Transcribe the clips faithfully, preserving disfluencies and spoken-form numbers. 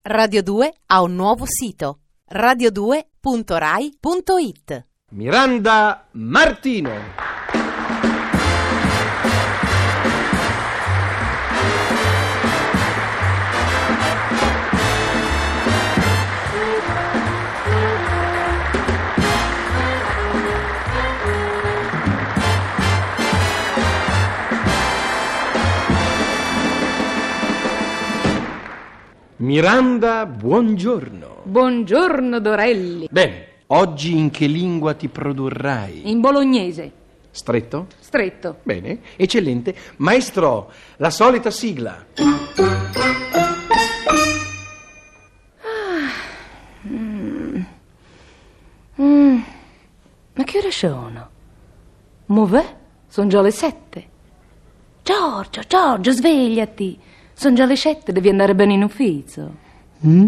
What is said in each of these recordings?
Radio due ha un nuovo sito, radio due punto rai punto it. Miranda Martino. Miranda, buongiorno. Buongiorno, Dorelli. Bene, oggi in che lingua ti produrrai? In bolognese. Stretto? Stretto. Bene, eccellente. Maestro, la solita sigla. Ah. Mm. Mm. Ma che ore sono? Mov'è? Sono già le sette. Giorgio, Giorgio, svegliati. Sono già le sette, devi andare bene in ufficio. Mm?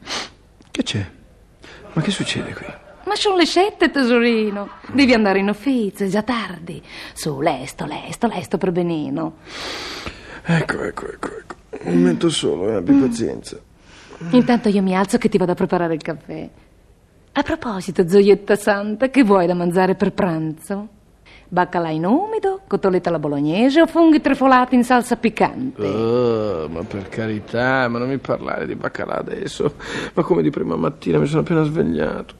Che c'è? Ma che succede qui? Ma sono le sette, tesorino. Devi andare in ufficio, è già tardi. Su, lesto, lesto, lesto per benino. Ecco, ecco, ecco, ecco. Un momento solo, eh, abbi mm. pazienza. Intanto io mi alzo che ti vado a preparare il caffè. A proposito, gioietta santa, che vuoi da mangiare per pranzo? Baccalà in umido, cotoletta alla bolognese o funghi trefolati in salsa piccante? Oh, ma per carità, ma non mi parlare di baccalà adesso. Ma come di prima mattina, mi sono appena svegliato.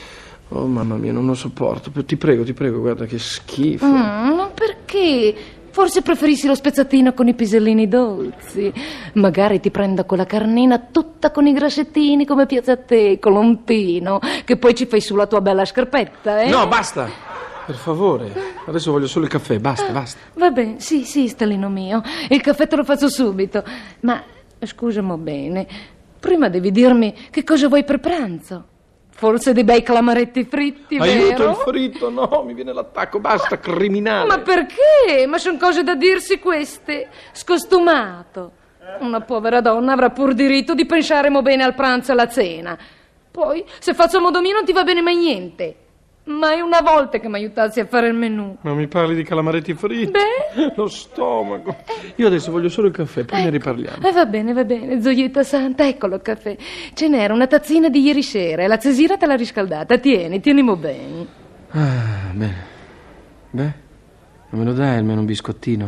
Oh, mamma mia, non lo sopporto. Ti prego, ti prego, guarda che schifo. Mm, ma perché? Forse preferissi lo spezzatino con i pisellini dolci. Magari ti prendo quella carnina tutta con i grassettini come piace a te, colompino, che poi ci fai sulla tua bella scarpetta, eh? No, basta! Per favore, adesso voglio solo il caffè, basta, basta. Va bene, sì, sì, stellino mio, il caffè te lo faccio subito. Ma, scusami bene, prima devi dirmi che cosa vuoi per pranzo. Forse dei bei clamaretti fritti, vero? Aiuto, il fritto, no, mi viene l'attacco, basta, criminale. Ma perché? Ma sono cose da dirsi queste, scostumato. Una povera donna avrà pur diritto di pensare mo bene al pranzo e alla cena. Poi, se faccio modomio non ti va bene mai niente. Ma è una volta che mi aiutassi a fare il menù. Ma mi parli di calamaretti fritti? Beh, lo stomaco. Io adesso voglio solo il caffè, poi ecco. ne riparliamo. Eh, va bene, va bene, gioietta santa, eccolo il caffè. Ce n'era una tazzina di ieri sera e la cesira te l'ha riscaldata. Tieni, tienimo bene. Ah, bene. Beh, non me lo dai almeno un biscottino?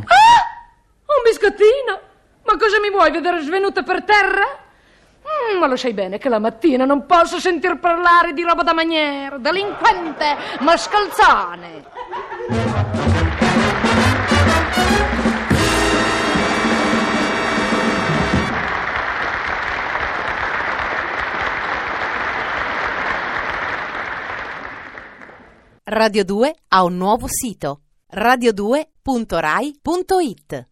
Ah! Un biscottino? Ma cosa mi vuoi, vedere svenuta per terra? Mm, ma lo sai bene che la mattina non posso sentir parlare di roba da maniera, delinquente, mascalzane. Radio due ha un nuovo sito, radio due punto rai punto it.